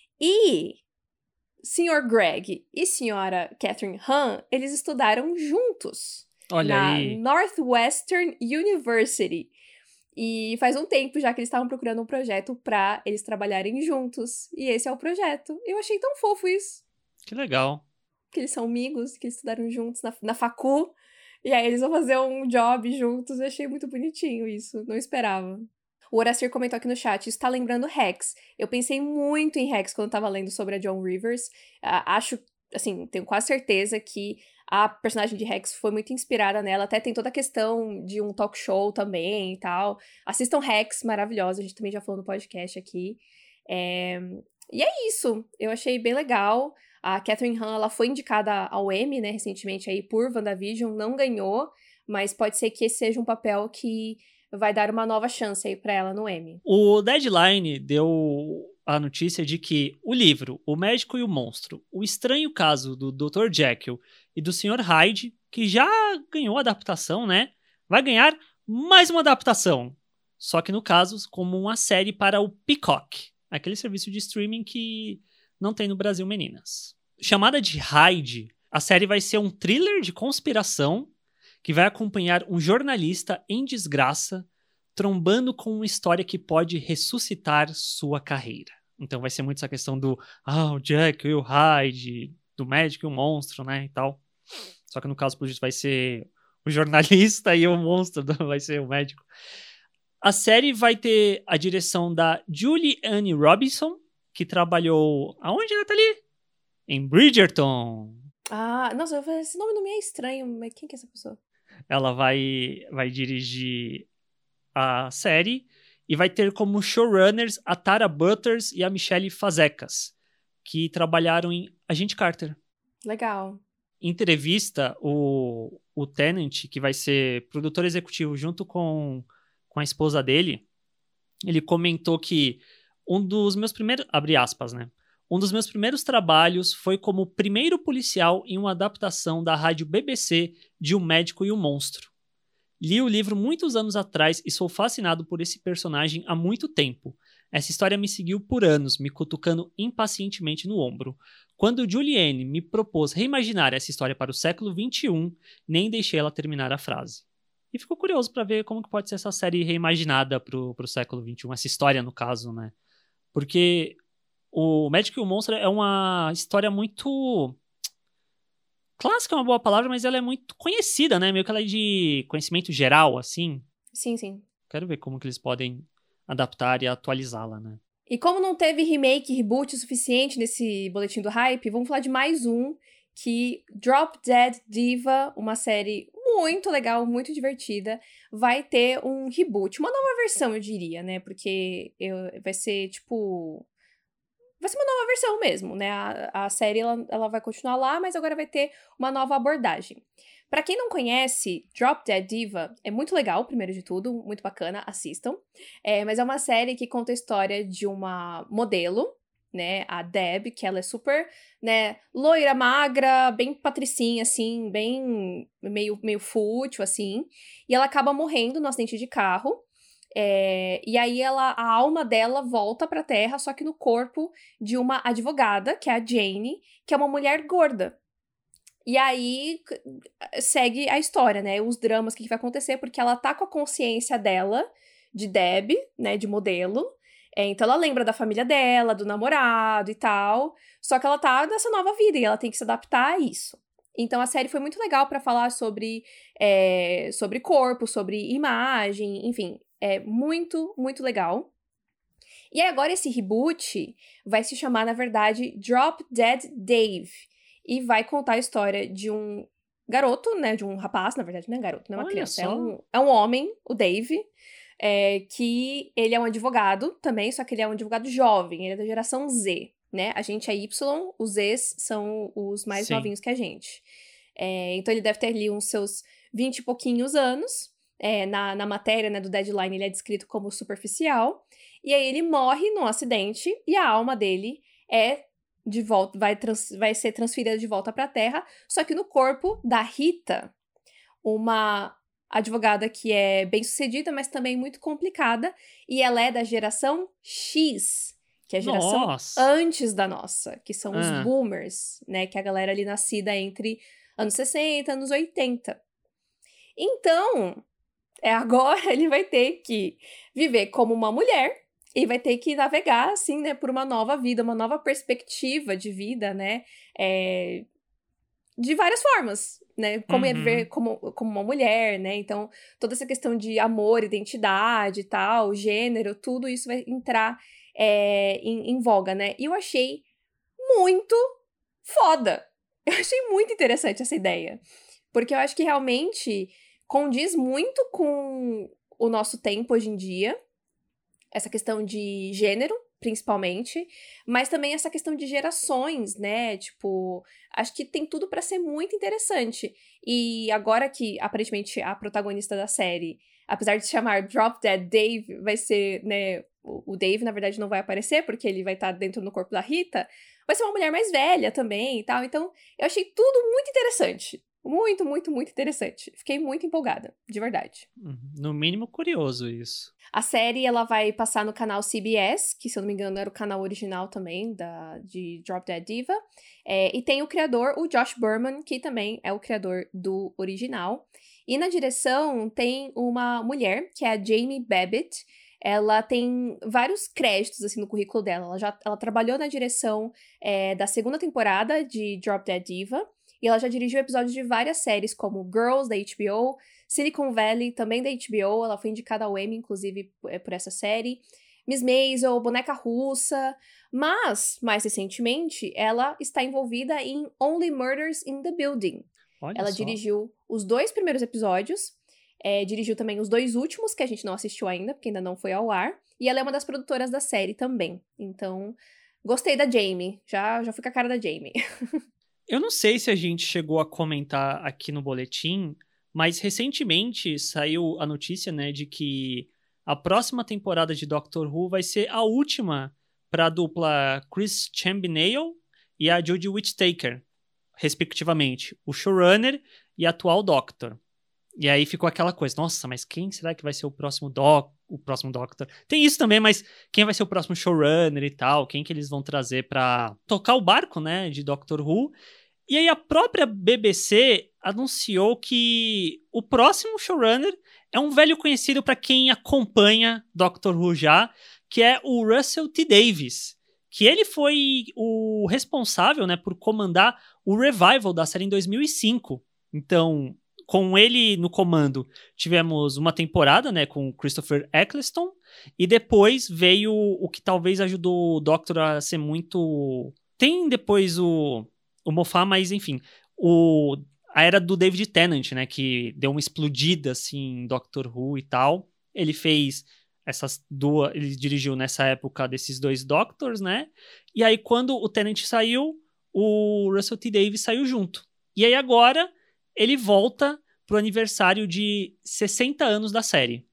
E senhor Greg e senhora Catherine Hahn, eles estudaram juntos. Olha na aí. Northwestern University. E faz um tempo já que eles estavam procurando um projeto pra eles trabalharem juntos. E esse é o projeto. Eu achei tão fofo isso. Que legal. Que eles são amigos, que eles estudaram juntos na, na facu. E aí eles vão fazer um job juntos. Eu achei muito bonitinho isso. Não esperava. O Horacir comentou aqui no chat, isso tá lembrando Rex. Eu pensei muito em Rex quando eu tava lendo sobre a Joan Rivers. Uh, acho, assim, tenho quase certeza que a personagem de Rex foi muito inspirada nela. Até tem toda a questão de um talk show também e tal. Assistam Rex, maravilhosa. A gente também já falou no podcast aqui. É... E é isso. Eu achei bem legal. A Catherine Hahn, ela foi indicada ao Emmy, né, recentemente aí por WandaVision. Não ganhou, mas pode ser que esse seja um papel que vai dar uma nova chance aí pra ela no Emmy. O Deadline deu a notícia de que o livro O Médico e o Monstro, O Estranho Caso do doutor Jekyll e do senhor Hyde, que já ganhou adaptação, né? Vai ganhar mais uma adaptação. Só que no caso, como uma série para o Peacock, aquele serviço de streaming que não tem no Brasil, meninas. Chamada de Hyde, a série vai ser um thriller de conspiração que vai acompanhar um jornalista em desgraça trombando com uma história que pode ressuscitar sua carreira. Então vai ser muito essa questão do ah, o Jack e o Hyde, do médico e o monstro, né, e tal. Só que no caso, pelo jeito, vai ser o jornalista e o monstro vai ser o médico. A série vai ter a direção da Julie Anne Robinson, que trabalhou aonde, Nathalie? Em Bridgerton. Ah, nossa, eu falei, esse nome não me é estranho, mas quem que é essa pessoa? Ela vai, vai dirigir a série e vai ter como showrunners a Tara Butters e a Michelle Fazekas, que trabalharam em Agente Carter. Legal. Em entrevista, o, o Tennant, que vai ser produtor executivo junto com, com a esposa dele, ele comentou que um dos meus primeiros, abre aspas, né? Um dos meus primeiros trabalhos foi como primeiro policial em uma adaptação da rádio B B C de O Médico e o Monstro. Li o livro muitos anos atrás e sou fascinado por esse personagem há muito tempo. Essa história me seguiu por anos, me cutucando impacientemente no ombro. Quando Julianne me propôs reimaginar essa história para o século vinte e um, nem deixei ela terminar a frase. E ficou curioso para ver como que pode ser essa série reimaginada para o século vinte e um, essa história no caso, né? Porque o Médico e o Monstro é uma história muito... clássica é uma boa palavra, mas ela é muito conhecida, né? Meio que ela é de conhecimento geral, assim. Sim, sim. Quero ver como que eles podem adaptar e atualizá-la, né? E como não teve remake, reboot o suficiente nesse boletim do hype, vamos falar de mais um, que Drop Dead Diva, uma série muito legal, muito divertida, vai ter um reboot, uma nova versão, eu diria, né? Porque eu, vai ser, tipo... vai ser uma nova versão mesmo, né? A, a série, ela, ela vai continuar lá, mas agora vai ter uma nova abordagem. Pra quem não conhece, Drop Dead Diva é muito legal, primeiro de tudo, muito bacana, assistam. É, mas é uma série que conta a história de uma modelo, né, a Deb, que ela é super, né, loira, magra, bem patricinha, assim, bem meio, meio fútil, assim. E ela acaba morrendo no acidente de carro. É, e aí ela, a alma dela volta pra Terra, só que no corpo de uma advogada, que é a Jane, que é uma mulher gorda. E aí segue a história, né? Os dramas, o que, que vai acontecer, porque ela tá com a consciência dela, de Deb, né? De modelo. É, então ela lembra da família dela, do namorado e tal. Só que ela tá nessa nova vida e ela tem que se adaptar a isso. Então a série foi muito legal pra falar sobre, é, sobre corpo, sobre imagem, enfim. É muito, muito legal. E agora esse reboot vai se chamar, na verdade, Drop Dead Dave. E vai contar a história de um garoto, né, de um rapaz, na verdade não é garoto, não é uma Olha criança, é só. um, é um homem, o Dave, é, que ele é um advogado também, só que ele é um advogado jovem, ele é da geração Z, né? A gente é Y, os Zs são os mais Sim. novinhos que a gente. É, então ele deve ter ali uns seus vinte e pouquinhos anos. É, na, na matéria, né, do Deadline, ele é descrito como superficial. E aí ele morre num acidente e a alma dele é de volta, vai, trans, vai ser transferida de volta pra Terra, só que no corpo da Rita, uma advogada que é bem-sucedida, mas também muito complicada, e ela é da geração X, que é a geração Nossa. antes da nossa, que são os Ah. boomers, né, que é a galera ali nascida entre anos sessenta, anos oitenta. Então, é agora ele vai ter que viver como uma mulher e vai ter que navegar, assim, né, por uma nova vida, uma nova perspectiva de vida, né, é, de várias formas, né, como Uhum. é viver como, como uma mulher, né, então toda essa questão de amor, identidade e tal, gênero, tudo isso vai entrar é, em, em voga, né, e eu achei muito foda, eu achei muito interessante essa ideia, porque eu acho que realmente condiz muito com o nosso tempo hoje em dia, essa questão de gênero, principalmente, mas também essa questão de gerações, né? Tipo, acho que tem tudo pra ser muito interessante. E agora que, aparentemente, a protagonista da série, apesar de se chamar Drop Dead Dave, vai ser, né? O Dave, na verdade, não vai aparecer, porque ele vai estar dentro do corpo da Rita. Vai ser uma mulher mais velha também e tal. Então, eu achei tudo muito interessante. Muito, muito, muito interessante. Fiquei muito empolgada, de verdade. No mínimo curioso isso. A série, ela vai passar no canal C B S, que se eu não me engano era o canal original também, da, de Drop Dead Diva. É, e tem o criador, o Josh Berman, que também é o criador do original. E na direção tem uma mulher, que é a Jamie Babbitt. Ela tem vários créditos, assim, no currículo dela. Ela já ela trabalhou na direção é, da segunda temporada de Drop Dead Diva. E ela já dirigiu episódios de várias séries, como Girls, da H B O, Silicon Valley, também da H B O. Ela foi indicada ao Emmy, inclusive, por essa série. Miss Maisel, Boneca Russa. Mas, mais recentemente, ela está envolvida em Only Murders in the Building. Olha ela só. dirigiu os dois primeiros episódios. É, dirigiu também os dois últimos, que a gente não assistiu ainda, porque ainda não foi ao ar. E ela é uma das produtoras da série também. Então, gostei da Jamie. Já, já fui com a cara da Jamie. Eu não sei se a gente chegou a comentar aqui no boletim, mas recentemente saiu a notícia, né, de que a próxima temporada de Doctor Who vai ser a última para a dupla Chris Chibnall e a Jodie Whittaker, respectivamente, o showrunner e atual Doctor. E aí ficou aquela coisa, nossa, mas quem será que vai ser o próximo doc, o próximo Doctor? Tem isso também, mas quem vai ser o próximo showrunner e tal? Quem que eles vão trazer pra tocar o barco, né, de Doctor Who? E aí a própria B B C anunciou que o próximo showrunner é um velho conhecido para quem acompanha Doctor Who já, que é o Russell T Davies, que ele foi o responsável, né, por comandar o revival da série em dois mil e cinco. Então, com ele no comando, tivemos uma temporada, né, com Christopher Eccleston, e depois veio o que talvez ajudou o Doctor a ser muito... Tem depois o, o Moffat, mas enfim, o... a era do David Tennant, né, que deu uma explodida, assim, em Doctor Who e tal. Ele fez essas duas... Ele dirigiu nessa época desses dois Doctors, né, e aí quando o Tennant saiu, o Russell T Davies saiu junto. E aí agora... ele volta pro aniversário de sessenta anos da série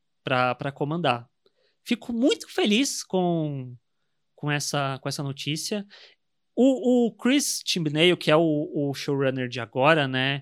para comandar. Fico muito feliz com, com, essa, com essa notícia. O, o Chris Chibnall, que é o, o showrunner de agora, né?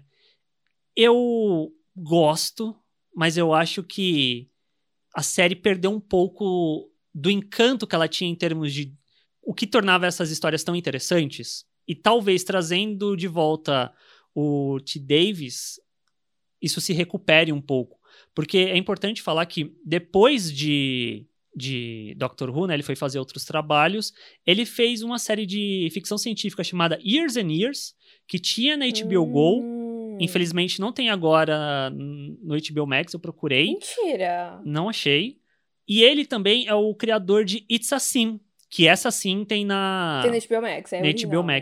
Eu gosto, mas eu acho que a série perdeu um pouco do encanto que ela tinha em termos de o que tornava essas histórias tão interessantes. E talvez trazendo de volta o T. Davies, isso se recupere um pouco. Porque é importante falar que depois de, de Doctor Who, né, ele foi fazer outros trabalhos, ele fez uma série de ficção científica chamada Years and Years, que tinha na H B O hum. Go. Infelizmente não tem agora no H B O Max, eu procurei. Mentira! Não achei. E ele também é o criador de It's a Sin, que essa sim tem na... Tem na H B O Max, é na original, H B O Max. né?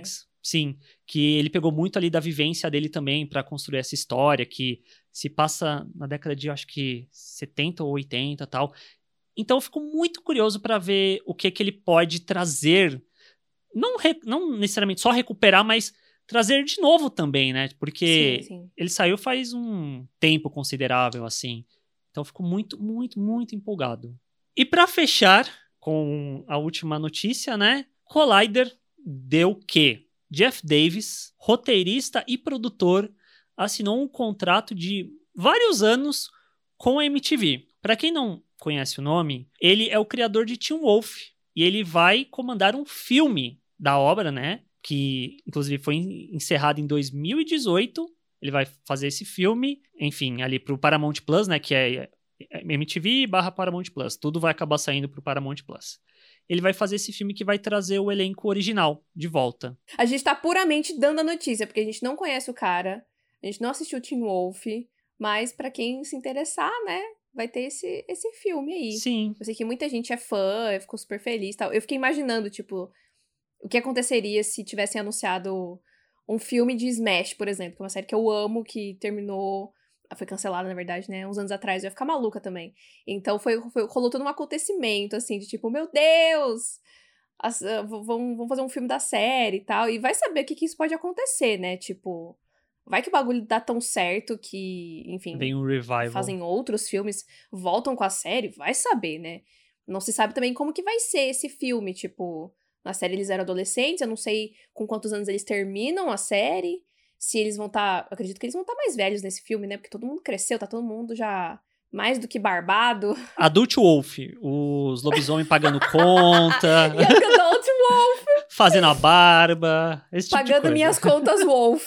Sim, que ele pegou muito ali da vivência dele também pra construir essa história, que se passa na década de, acho que, setenta ou oitenta e tal. Então eu fico muito curioso pra ver o que que ele pode trazer, não, re- não necessariamente só recuperar, mas trazer de novo também, né? Porque Sim, sim. ele saiu faz um tempo considerável, assim. Então eu fico muito, muito, muito empolgado. E pra fechar com a última notícia, né? Collider deu que Jeff Davis, roteirista e produtor, assinou um contrato de vários anos com a M T V. Para quem não conhece o nome, ele é o criador de Teen Wolf e ele vai comandar um filme da obra, né? Que inclusive foi encerrado em dois mil e dezoito. Ele vai fazer esse filme, enfim, ali pro Paramount Plus, né? Que é M T V barra Paramount Plus. Tudo vai acabar saindo pro Paramount Plus. Ele vai fazer esse filme que vai trazer o elenco original de volta. A gente tá puramente dando a notícia, porque a gente não conhece o cara, a gente não assistiu Teen Wolf, mas pra quem se interessar, né, vai ter esse, esse filme aí. Sim. Eu sei que muita gente é fã, ficou super feliz e tal. Eu fiquei imaginando, tipo, o que aconteceria se tivessem anunciado um filme de Smash, por exemplo, que é uma série que eu amo, que terminou... Foi cancelada, na verdade, né? Uns anos atrás. Eu ia ficar maluca também. Então, foi, foi, rolou todo um acontecimento, assim, de tipo, meu Deus! As, uh, vão, vão fazer um filme da série e tal. E vai saber o que, que isso pode acontecer, né? Tipo, vai que o bagulho dá tão certo que, enfim... Vem um revival. Fazem outros filmes, voltam com a série, vai saber, né? Não se sabe também como que vai ser esse filme, tipo... Na série eles eram adolescentes, eu não sei com quantos anos eles terminam a série... Se eles vão estar... Tá, acredito que eles vão estar tá mais velhos nesse filme, né? Porque todo mundo cresceu, tá todo mundo já mais do que barbado. Adult Wolf. Os lobisomens pagando conta. Young Adult Wolf. Fazendo a barba. Esse tipo pagando de coisa. minhas contas Wolf.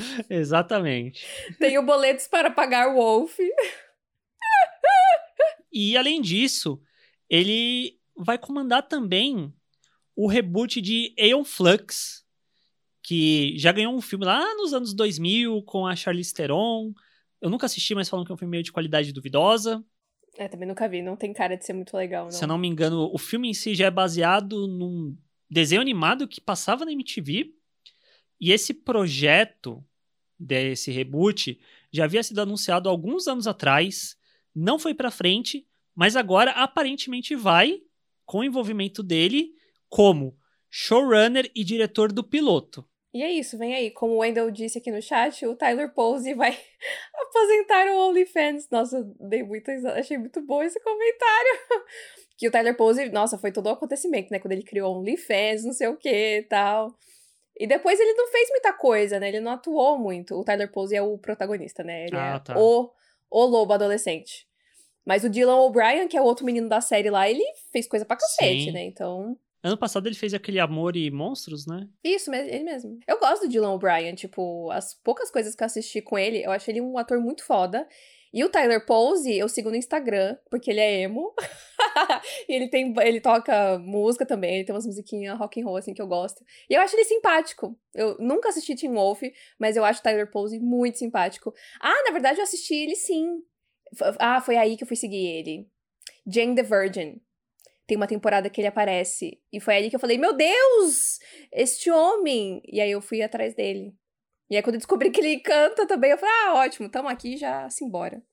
Exatamente. Tenho boletos para pagar Wolf. E além disso, ele vai comandar também o reboot de Aeon Flux, que já ganhou um filme lá nos anos dois mil com a Charlize Theron. Eu nunca assisti, mas falam que é um filme meio de qualidade duvidosa. É, também nunca vi, não tem cara de ser muito legal, não. Se eu não me engano, o filme em si já é baseado num desenho animado que passava na M T V. E esse projeto desse reboot já havia sido anunciado alguns anos atrás, não foi pra frente, mas agora aparentemente vai, com o envolvimento dele, como showrunner e diretor do piloto. E é isso, vem aí. Como o Wendell disse aqui no chat, o Tyler Posey vai aposentar o OnlyFans. Nossa, dei muita, achei muito bom esse comentário. Que o Tyler Posey, nossa, foi todo um acontecimento, né? Quando ele criou o OnlyFans, não sei o que e tal. E depois ele não fez muita coisa, né? Ele não atuou muito. O Tyler Posey é o protagonista, né? Ele Ah, é tá. o, o lobo adolescente. Mas o Dylan O'Brien, que é o outro menino da série lá, ele fez coisa pra cacete, Sim. né? Então... Ano passado ele fez aquele Amor e Monstros, né? Isso, ele mesmo. Eu gosto do Dylan O'Brien, tipo, as poucas coisas que eu assisti com ele, eu achei ele um ator muito foda. E o Tyler Posey, eu sigo no Instagram, porque ele é emo. E ele tem, ele toca música também, ele tem umas musiquinhas rock and roll, assim, que eu gosto. E eu acho ele simpático. Eu nunca assisti Teen Wolf, mas eu acho o Tyler Posey muito simpático. Ah, na verdade eu assisti ele sim. Ah, foi aí que eu fui seguir ele. Jane the Virgin. Tem uma temporada que ele aparece. E foi ali que eu falei, meu Deus! Este homem! E aí eu fui atrás dele. E aí quando eu descobri que ele canta também, eu falei, ah, ótimo, tamo aqui, já se embora.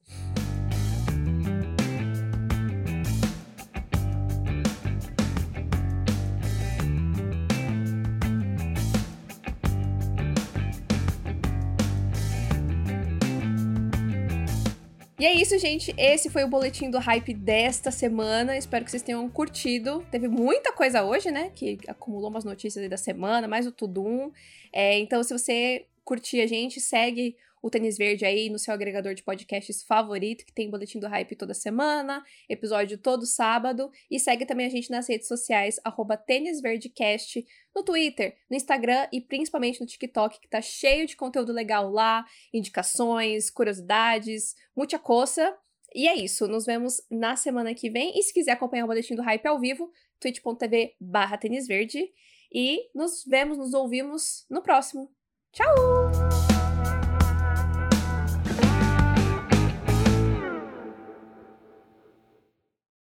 E é isso, gente. Esse foi o boletim do hype desta semana. Espero que vocês tenham curtido. Teve muita coisa hoje, né? Que acumulou umas notícias aí da semana, mais o Tudum. É, então, se você curtir a gente, segue o Tênis Verde aí no seu agregador de podcasts favorito, que tem boletim do hype toda semana, episódio todo sábado. E segue também a gente nas redes sociais, arroba Tênis Verdecast, no Twitter, no Instagram e principalmente no TikTok, que tá cheio de conteúdo legal lá, indicações, curiosidades, muita coisa. E é isso, nos vemos na semana que vem. E se quiser acompanhar o boletim do hype ao vivo, twitch.tv barra Tênis Verde. E nos vemos, nos ouvimos no próximo. Tchau!